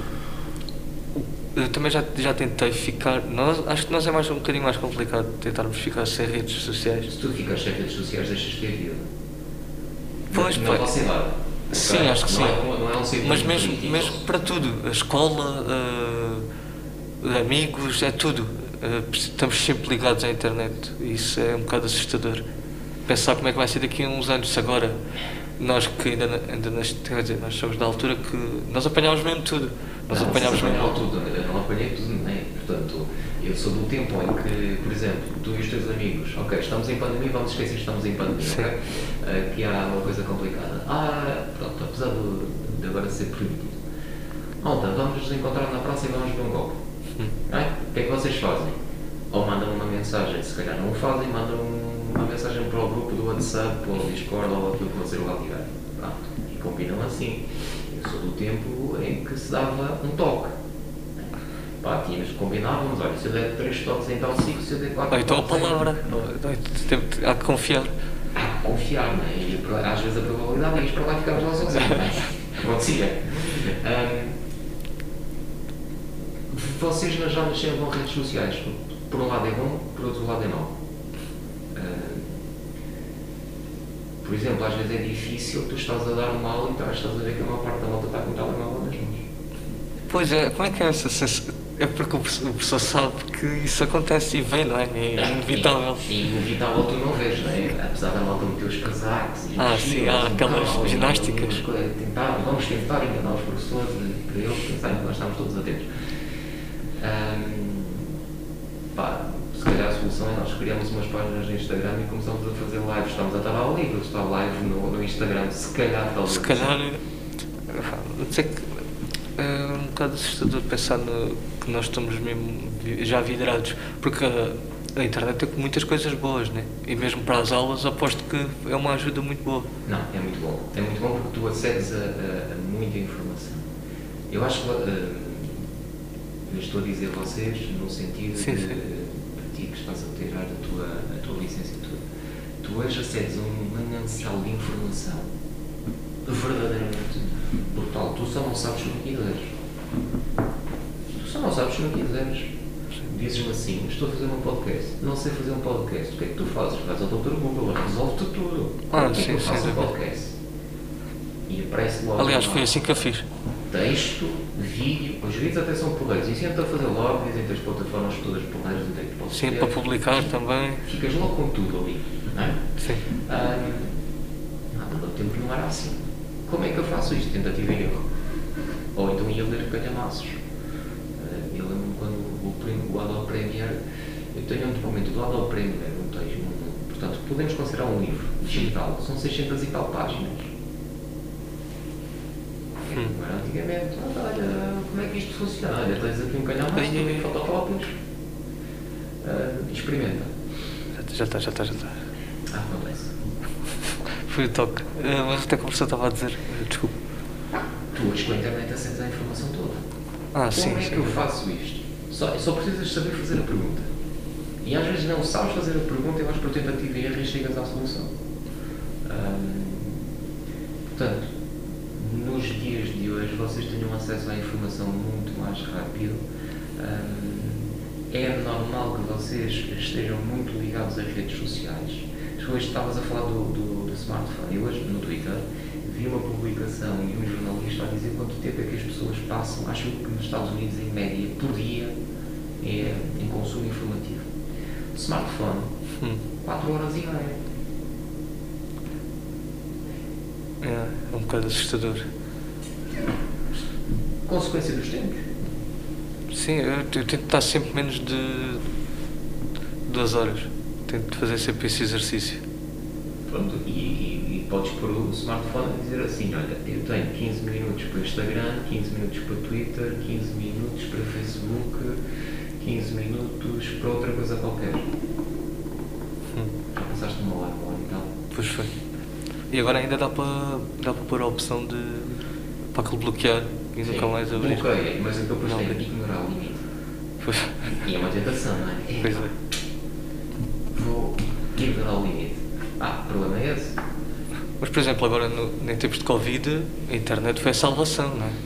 eu também já, já tentei ficar. Nós, acho que nós é mais, um bocadinho mais complicado tentarmos ficar sem redes sociais. Se tu ficas sem redes sociais, deixas de ter vida. Pois, não pois. posso ir lá. Sim, Okay? acho que não sim. É, não é um sentido Mas mesmo, político. mesmo para tudo, a escola, uh, amigos, é tudo. Uh, estamos sempre ligados à internet e isso é um bocado assustador. Pensar como é que vai ser daqui a uns anos, se agora nós que ainda, ainda neste, quer dizer, nós somos da altura que nós apanhámos mesmo tudo. Nós não, apanhámos mesmo mesmo tudo. Eu não apanhei tudo, nem. Portanto, eu sou do tempo em que, por exemplo, tu e os teus amigos, ok, estamos em pandemia, vamos esquecer que estamos em pandemia, Sim. ok? Uh, que há uma coisa complicada. Ah, pronto, apesar de, de agora ser proibido. Malta, vamos nos encontrar na praça e vamos beber um copo. Hum. Não é? O que é que vocês fazem? Ou mandam uma mensagem, se calhar não o fazem, mandam uma mensagem para o grupo do WhatsApp, ou o Discord, ou aquilo que vocês lá tiverem. Pronto, e combinam assim. Eu sou do tempo em que se dava um toque. Pá, tínhamos, combinávamos, olha, se eu der três toques em tal ciclo, se eu der quatro Ou então a toques em- palavra. Há que confiar. Ah, confiar, não é? E às vezes a probabilidade é ir para lá e ficarmos lá sozinhos, não é? Acontecia. Um, vocês já nasceram com redes sociais. Por um lado é bom, por outro lado é mau. Um, por exemplo, às vezes é difícil, tu estás a dar uma aula e estás a ver que a maior parte da malta está com o telemóvel nas mãos. Pois é, como é que é essa sensação? É porque o professor, o professor sabe que isso acontece e vem, não é? É inevitável. E, e inevitável tu não vês, não é? Apesar da malta meter os casacos e Ah, os sim, chinelos há e aquelas tal, e ginásticas. umas- Tentar, vamos tentar enganar os professores e para eles pensarem que nós estamos todos atentos. Ahm, pá, se calhar a solução é nós criamos umas páginas no Instagram e começamos a fazer lives. Estamos a estar ao livro, está live no, no Instagram, se calhar talvez. Se calhar, não sei que é um bocado assustador pensar no, que nós estamos mesmo vi- já vidrados, porque a, a internet tem muitas coisas boas, né? E mesmo para as aulas aposto que é uma ajuda muito boa. Não, é muito bom. É muito bom porque tu acedes a, a- a muita informação. Eu acho que, uh, eu estou a dizer vocês, no sentido Sim, de, sim. para ti que estás a tirar a tua, a tua licenciatura, tu hoje acedes a um manancial de informação verdadeiramente brutal. Tu só não sabes se não quiseres. Tu só não sabes se não quiseres. Dizes-me assim, estou a fazer um podcast, não sei fazer um podcast, o que é que tu fazes? Vais ao doutor Google, resolve-te tudo. Ah, o que é que sim, eu faço sim, um sim. podcast? E aparece logo Aliás, lá, foi assim que eu fiz. texto, vídeo, os vídeos até são porreiros, ensino-te a fazer logo, dizem-te as plataformas todas porreiras, onde é que tu podes Sim, ter. para publicar também. Ficas logo com tudo ali, não é? Sim. Ah, há todo o tempo não era assim. Como é que eu faço isto? Tentativa e erro. Ou então ia ler calhamaços. Ah, eu lembro-me quando o, prêmio- o Adobe Premiere, eu tenho um documento do Adobe Premiere, um texto, um, portanto, podemos considerar um livro digital, são seiscentas e tal páginas. Hum. Agora, antigamente, ah, olha, como é que isto funciona? Olha, tens aqui um calhamaço, tu tem fotocópias. Uh, experimenta. Já está, já está, já está. Ah, acontece. Foi o toque. Uh, mas até como você estava a dizer, uh, desculpa. Tu hoje com a internet acedes a informação toda. Ah, como sim, é sim. que eu faço isto? Só, só precisas saber fazer a pergunta. E às vezes não sabes fazer a pergunta e vais por tentativa e erro e chegas à solução. Hum, portanto, nos dias de hoje vocês tenham acesso à informação muito mais rápido. Hum, é normal que vocês estejam muito ligados às redes sociais. Hoje estavas a falar do, do, do smartphone e hoje no Twitter vi uma publicação de um jornalista a dizer quanto tempo é que as pessoas passam, acho que nos Estados Unidos em média por dia é, em consumo informativo. O smartphone, Hum. quatro horas e meia. É, é um bocado assustador. Consequência dos tempos. Sim, eu, eu tento estar sempre menos de duas horas. Tento fazer sempre esse exercício. Pronto, e, e, e podes pôr o smartphone a dizer assim, olha, eu tenho quinze minutos para Instagram, quinze minutos para Twitter, quinze minutos para Facebook, quinze minutos para outra coisa qualquer. Hum. Já passaste uma hora, uma hora e tal. Pois foi. E agora ainda dá para dá para pôr a opção de para aquele bloquear e Sim, nunca mais abrir. bloqueia, mas então depois Não. tem que ignorar o limite. Pois, E é uma tentação, não é? É, pois pá, é. vou ignorar o limite. Ah, o problema é esse. Mas, por exemplo, agora no, em tempos de Covid, a internet foi a salvação, não é?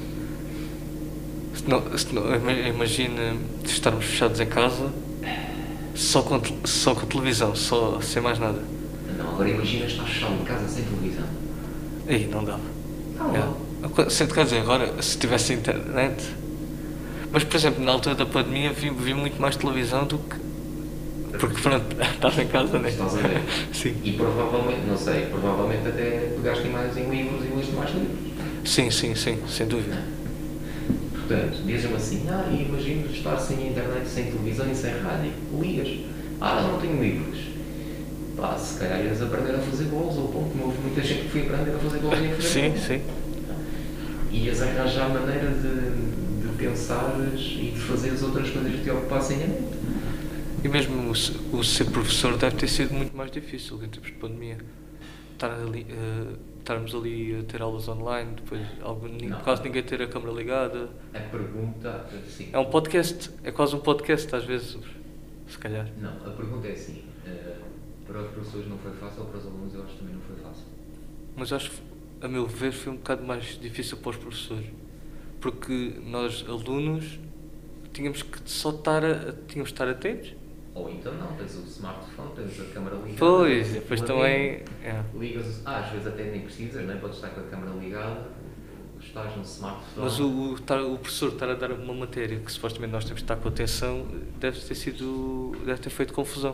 Se não, se não, ima- imagina estarmos fechados em casa só com, te- só com televisão, só, sem mais nada. Não, agora imagina estar fechado em casa sem televisão. Aí não dava. Não, É. Sendo, quer dizer, agora, se tivesse internet. Mas, por exemplo, na altura da pandemia vi, vi muito mais televisão do que. Porque, pronto, estava em casa, né? Estás a ver? Sim. E provavelmente, não sei, provavelmente até pegaste mais em livros e leste mais livros. Sim, sim, sim, sem dúvida. Portanto, dizem-me assim, ah, imagino estar sem internet, sem televisão e sem rádio. Lias. Ah, não, não tenho livros. Pá, se calhar ias aprender a fazer bolos ou pão, como houve muita gente que foi aprender a fazer bolos e a fazer Sim, bolos. sim. Ias arranjar maneira de, de pensares e de fazer as outras coisas que te ocupassem a mente. E mesmo o, se- o ser professor deve ter sido muito mais difícil em tempos de pandemia. Estar ali, eh, estarmos ali a ter aulas online, depois algum, nin- Não. quase ninguém ter a câmara ligada. A pergunta, assim, É um podcast, é quase um podcast às vezes, se calhar. não, a pergunta é assim, eh, para os professores não foi fácil, para os alunos eu acho que também não foi fácil. Mas acho que, a meu ver, foi um bocado mais difícil para os professores. Porque nós, alunos, tínhamos que só estar, a, tínhamos de estar atentos. Ou então não, tens o smartphone, tens a câmara ligada. Pois, tens o depois plugin, também. É. Ligas, ah, às vezes até nem precisas, não é? Podes estar com a câmara ligada, estás no smartphone. Mas o, o, estar- o professor estar a dar uma matéria que supostamente nós temos de estar com atenção deve ter sido. Deve ter feito confusão.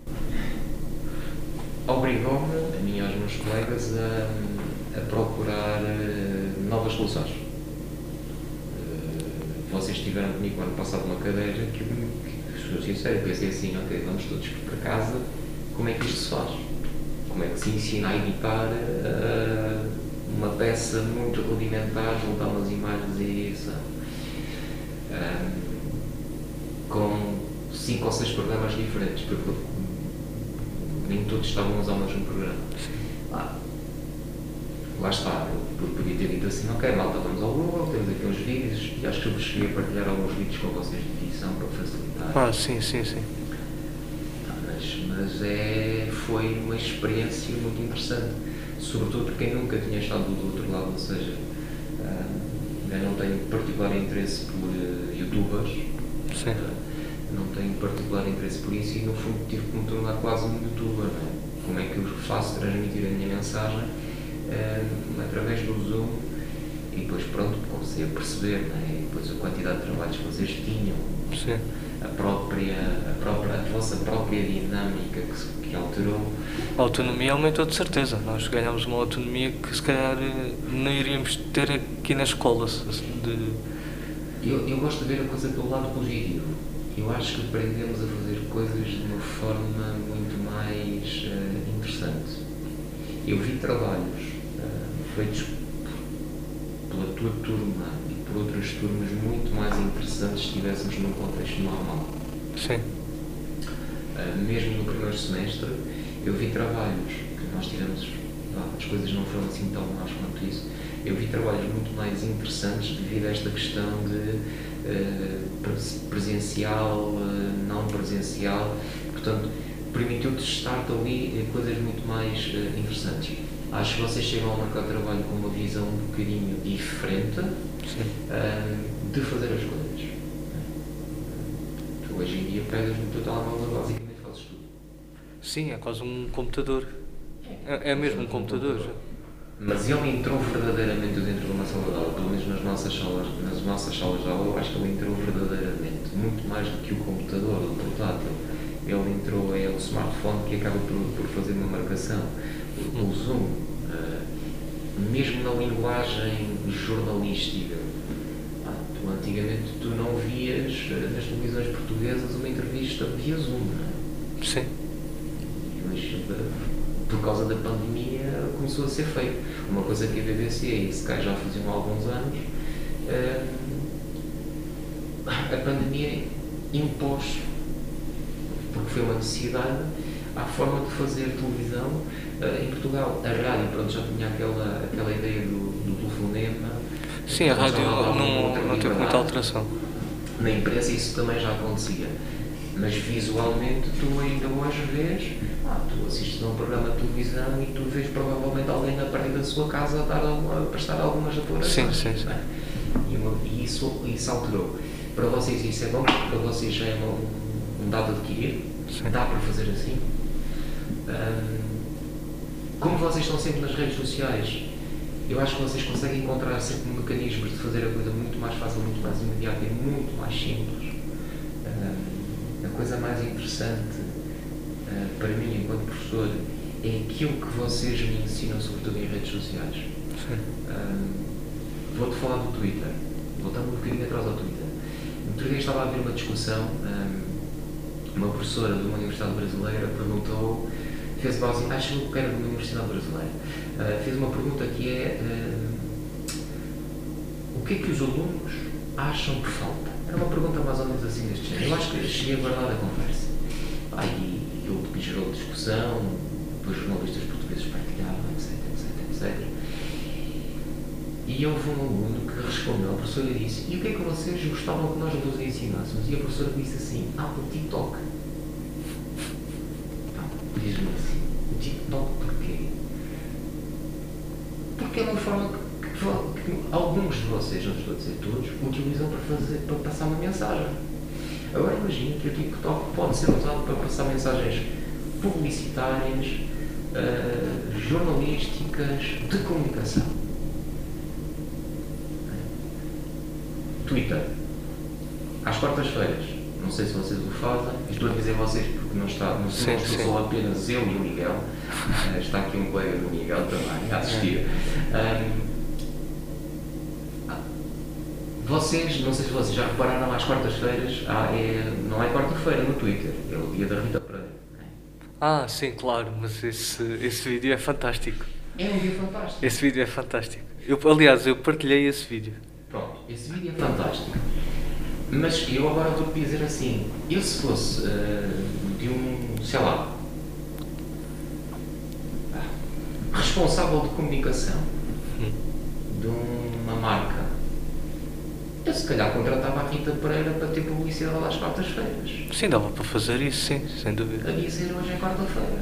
Obrigou-me, a mim e aos meus colegas, a, a procurar eh, novas soluções. Eh, vocês tiveram comigo ano passado uma cadeira que, eu- que sou sincero, pensei assim, ok, vamos todos para casa, como é que isto se faz? Como é que se ensina a editar eh, uma peça muito rudimentar, juntar umas imagens e edição? Eh, com cinco ou seis programas diferentes, porque nem todos estávamos ao mesmo programa. Ah, lá está, eu podia ter dito assim, ok, malta, vamos ao Google, temos aqui uns vídeos, e acho que eu vos cheguei a partilhar alguns vídeos com vocês de edição para facilitar. Ah, sim, sim, sim. Ah, mas mas é, foi uma experiência muito interessante, sobretudo para quem nunca tinha estado do outro lado, ou seja, ah, eu não tenho particular interesse por uh, youtubers, Sim. ah, não tenho particular interesse por isso e no fundo tive que me tornar quase um youtuber, não é? Como é que eu faço transmitir a minha mensagem uh, através do Zoom e depois pronto, comecei a perceber, não é? E depois a quantidade de trabalhos que vocês tinham, Sim. a própria, a própria, a vossa própria dinâmica que, se- que alterou. A autonomia aumentou de certeza. Nós ganhámos uma autonomia que se calhar eh, não iríamos ter aqui na escola. se- De... Eu, eu gosto de ver a coisa pelo lado positivo. Eu acho que aprendemos a fazer coisas de uma forma muito mais uh, interessante. Eu vi trabalhos uh, feitos pela tua turma e por outras turmas muito mais interessantes se estivéssemos num contexto normal. Sim. Uh, mesmo no primeiro semestre, eu vi trabalhos que nós tivemos, ah, as coisas não foram assim tão más quanto isso, eu vi trabalhos muito mais interessantes devido a esta questão de uh, presencial, uh, não presencial, portanto, permitiu-te estar ali coisas muito mais uh, interessantes. Acho que vocês chegam ao mercado de trabalho com uma visão um bocadinho diferente uh, de fazer as coisas. Tu hoje em dia pegas no teu telemóvel basicamente fazes tudo. Sim, é quase um computador. É, é mesmo um computador. Já. Mas ele entrou verdadeiramente dentro de uma sala de aula, pelo menos nas nossas salas, nas nossas salas de aula, eu acho que ele entrou verdadeiramente, muito mais do que o computador, o portátil. Ele entrou, é o smartphone que acaba por, por fazer uma marcação, o, o Zoom, uh, mesmo na linguagem jornalística. Ah, tu, antigamente tu não vias uh, nas televisões portuguesas uma entrevista via Zoom, não é? Sim. E hoje, por causa da pandemia, começou a ser feito. Uma coisa que a B B C e a Sky já faziam há alguns anos, uh, a pandemia impôs, porque foi uma necessidade, à forma de fazer televisão uh, em Portugal. A rádio, pronto, já tinha aquela, aquela ideia do, do telefonema. Sim, a rádio não, não teve muita alteração. Na imprensa isso também já acontecia. Mas visualmente tu ainda hoje vês, ah, tu assistes a um programa de televisão e tu vês provavelmente alguém na parede da sua casa a, dar alguma, a prestar algumas declarações. Sim, sim, sim. E, uma, e isso, isso alterou. Para vocês isso é bom, para vocês já é um, um dado a adquirir, sim. Dá para fazer assim. Um, como vocês estão sempre nas redes sociais, eu acho que vocês conseguem encontrar sempre mecanismos de fazer a coisa muito mais fácil, muito mais imediata e muito mais simples. Um, a coisa mais interessante uh, para mim, enquanto professor, é aquilo que vocês me ensinam, sobretudo em redes sociais. Um, Vou-te falar do Twitter, voltando um bocadinho atrás ao Twitter. No outro dia estava a haver uma discussão, um, uma professora de uma universidade brasileira perguntou, fez base, acho que era de uma universidade brasileira, uh, fez uma pergunta que é uh, o que é que os alunos acham que falta? Era uma pergunta mais ou menos assim deste género. Eu acho que cheguei a guardar a conversa. Ah, e houve gerou discussão, depois jornalistas portugueses partilharam, etc, etc, etcétera. E houve um aluno que respondeu à professora e disse: e o que é que vocês gostavam que nós vos ensinássemos? E a professora disse assim: ah, o TikTok. Diz-me assim: o TikTok porquê? Porque é uma forma que, que, que alguns de vocês, não estou a dizer todos, utilizam para, fazer, para passar uma mensagem. Agora imagina que o TikTok pode ser usado para passar mensagens publicitárias, uh, jornalísticas, de comunicação. Twitter, às quartas-feiras, não sei se vocês o fazem, estou a dizer vocês porque não, está, não, sim, não estou sim. só apenas eu e o Miguel, uh, está aqui um colega do Miguel também a assistir. Um, vocês, não sei se vocês já repararam, às quartas-feiras, ah, é, não é quarta-feira no Twitter, é o dia da Rita Pereira. Ah, sim, claro, mas esse, esse vídeo é fantástico. É um vídeo fantástico. Esse vídeo é fantástico. Eu, aliás, eu partilhei esse vídeo. Pronto, esse vídeo é fantástico. Mas eu agora vou te dizer assim, eu se fosse uh, de um, sei lá, responsável de comunicação hum. de uma marca, eu se calhar contratava a Rita Pereira para ter publicidade às quartas-feiras. Sim, dava para fazer isso, sim, sem dúvida. A dizer hoje é quarta-feira.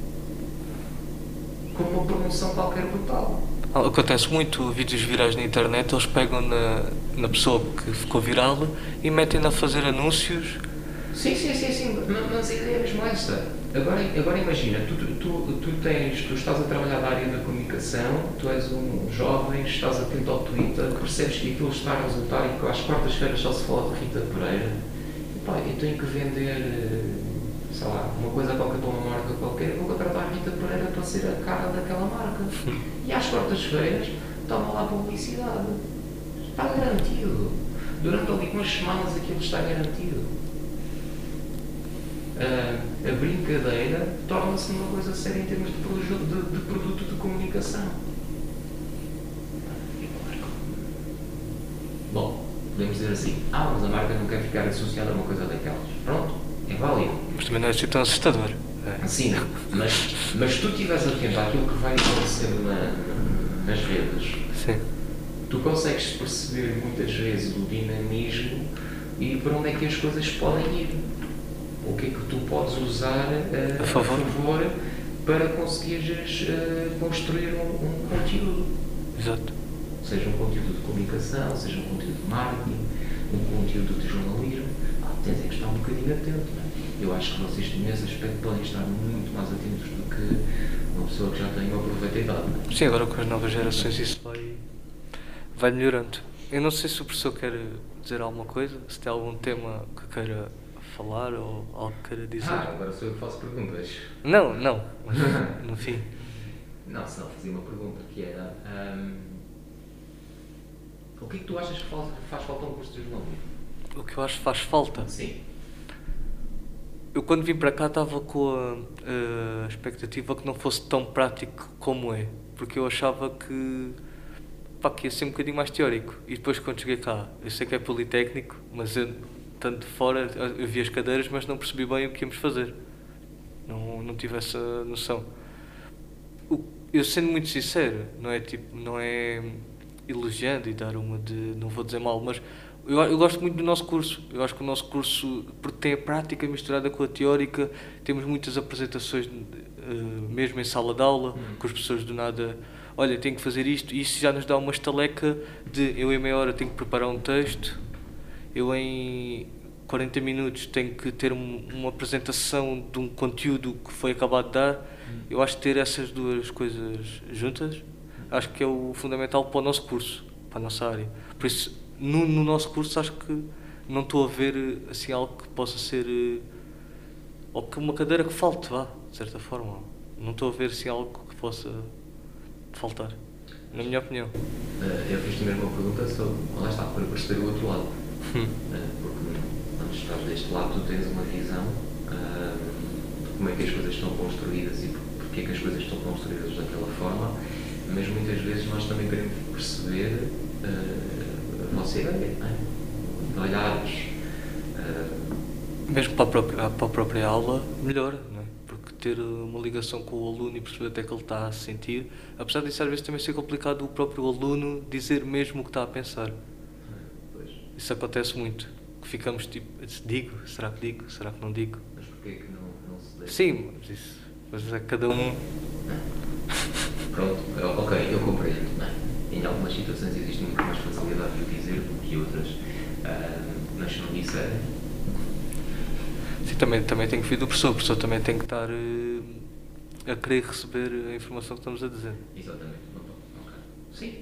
Com uma promoção qualquer brutal. Acontece muito, vídeos virais na internet, eles pegam na, na pessoa que ficou viral e metem-na a fazer anúncios. Sim, sim, sim, sim, mas a ideia é mesmo essa. Agora, agora imagina, tu, tu, tu, tens, tu estás a trabalhar na área da comunicação, tu és um jovem, estás atento ao Twitter, percebes que aquilo está a resultar e que às quartas-feiras só se fala de Rita Pereira. E pá, eu tenho que vender, sei lá, uma coisa qualquer para uma marca qualquer, vou contratar a Rita Pereira para ser a cara daquela marca. E às quartas-feiras toma lá publicidade. Está garantido. Durante ali umas semanas aquilo está garantido. Uh, a brincadeira torna-se uma coisa séria em termos de produto de, de, produto de comunicação. E claro, dizer assim, ah, mas a marca não quer ficar associada a uma coisa daquelas. Pronto, é válido. Mas também não é assim tão assustador. É. Sim, mas, mas se tu estiveres atento àquilo que vai acontecendo na, na, nas redes, Sim. tu consegues perceber muitas vezes o dinamismo e para onde é que as coisas podem ir. O que é que tu podes usar uh, a, favor. a favor para conseguires uh, construir um, um conteúdo. Exato. Seja um conteúdo de comunicação, seja um conteúdo de marketing, um conteúdo de jornalismo. Ah, tens é que estar um bocadinho atento, não é? Eu acho que vocês nesse aspecto podem estar muito mais atentos do que uma pessoa que já tem uma aproveita idade, não é? Sim, agora com as novas gerações isso vai, vai melhorando. Eu não sei se o professor quer dizer alguma coisa, se tem algum tema que queira falar ou algo que queira dizer. Ah, agora sou eu que faço perguntas. Não, não, mas no fim. Não, se não fazia uma pergunta que era hum, o que é que tu achas que faz, faz falta um curso de jornalismo? O que eu acho que faz falta? Sim. Eu quando vim para cá estava com a, a expectativa que não fosse tão prático como é, porque eu achava que, pá, que ia ser um bocadinho mais teórico. E depois quando cheguei cá, eu sei que é politécnico, mas eu, tanto de fora, eu vi as cadeiras, mas não percebi bem o que íamos fazer. Não, não tive essa noção. O, eu sendo muito sincero, não é tipo, não é elogiando e dar uma de, não vou dizer mal, mas eu, eu gosto muito do nosso curso. Eu acho que o nosso curso, porque tem a prática misturada com a teórica, temos muitas apresentações, uh, mesmo em sala de aula, Hum. com as pessoas do nada, olha, tenho que fazer isto, e isso já nos dá uma estaleca de, eu em meia hora tenho que preparar um texto, eu em quarenta minutos tenho que ter um, uma apresentação de um conteúdo que foi acabado de dar. Hum. Eu acho que ter essas duas coisas juntas, acho que é o fundamental para o nosso curso, para a nossa área. Por isso, no, no nosso curso, acho que não estou a ver assim, algo que possa ser, ou que uma cadeira que falte, vá, de certa forma. Não estou a ver assim, algo que possa faltar, na minha opinião. Uh, eu fiz-te mesmo uma pergunta sobre, lá está, para perceber o outro lado. Hum. Uh, porque quando estás deste lado, tu tens uma visão uh, de como é que as coisas estão construídas e porque é que as coisas estão construídas daquela forma, mas muitas vezes nós também queremos perceber uh, a vossa ideia, não é? De olhares. Uh... Mesmo para a, própria, para a própria aula, melhor, não é? Porque ter uma ligação com o aluno e perceber até que ele está a sentir, apesar disso às vezes também ser complicado o próprio aluno dizer mesmo o que está a pensar. Pois. Isso acontece muito, que ficamos tipo, digo, será que digo, será que não digo? Mas porquê que não, não se deve? Sim, mas isso, mas é cada um... Pronto, ok, eu compreendo. Não. Em algumas situações existe muito mais facilidade de o dizer do que outras, uh, mas se não disserem. Sim, também, também tem que vir do professor, o professor também tem que estar uh, a querer receber a informação que estamos a dizer. Exatamente, ok. Sim.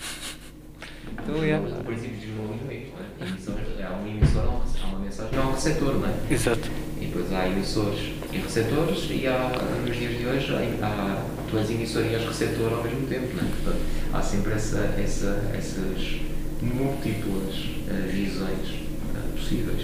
Então, é. O princípio de jornalismo é isto, não é? Emissores, há uma emissora, há uma mensagem, há um receptor, não é? Exato. E depois há emissores e receptores, e há, nos dias de hoje, há, há, tu és emissor e és receptor ao mesmo tempo, não é? Portanto, há sempre essa, essa, essas múltiplas uh, visões uh, possíveis.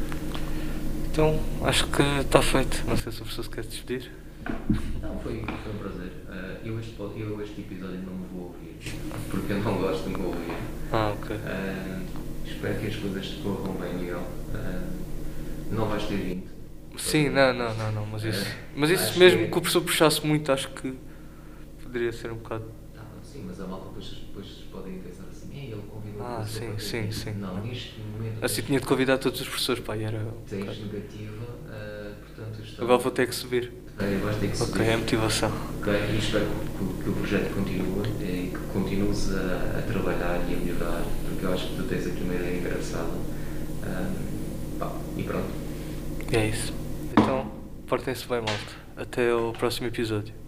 Então, acho que está feito. Não sei se o professor se quer despedir. Não, foi, foi um prazer. Uh, eu, este, eu este episódio não me vou ouvir, porque eu não gosto de me ouvir. Ah, ok. Uh, espero que as coisas te corram bem, Miguel. Uh, não vais ter vindo. Sim, não, não, não, não, mas isso, Uh, mas isso mesmo que... que o professor puxasse muito, acho que poderia ser um bocado... Ah, sim, mas a malta depois, depois podem pensar assim, é, ele convidou Ah, a sim, para sim, ter sim. Não, neste momento... Assim tinha de convidar todos os professores, pá, e era... Um tens bocado... negativa, uh, portanto... Estou... Agora vou ter que subir. É, vais ter que subir. Ok, é a motivação. Ok, e espero que, que o projeto continue e que continues a, a trabalhar e a melhorar, porque eu acho que tu tens aqui uma ideia engraçada. Um, pá, e pronto. E é isso. Então, portem-se bem, malta. Até o próximo episódio.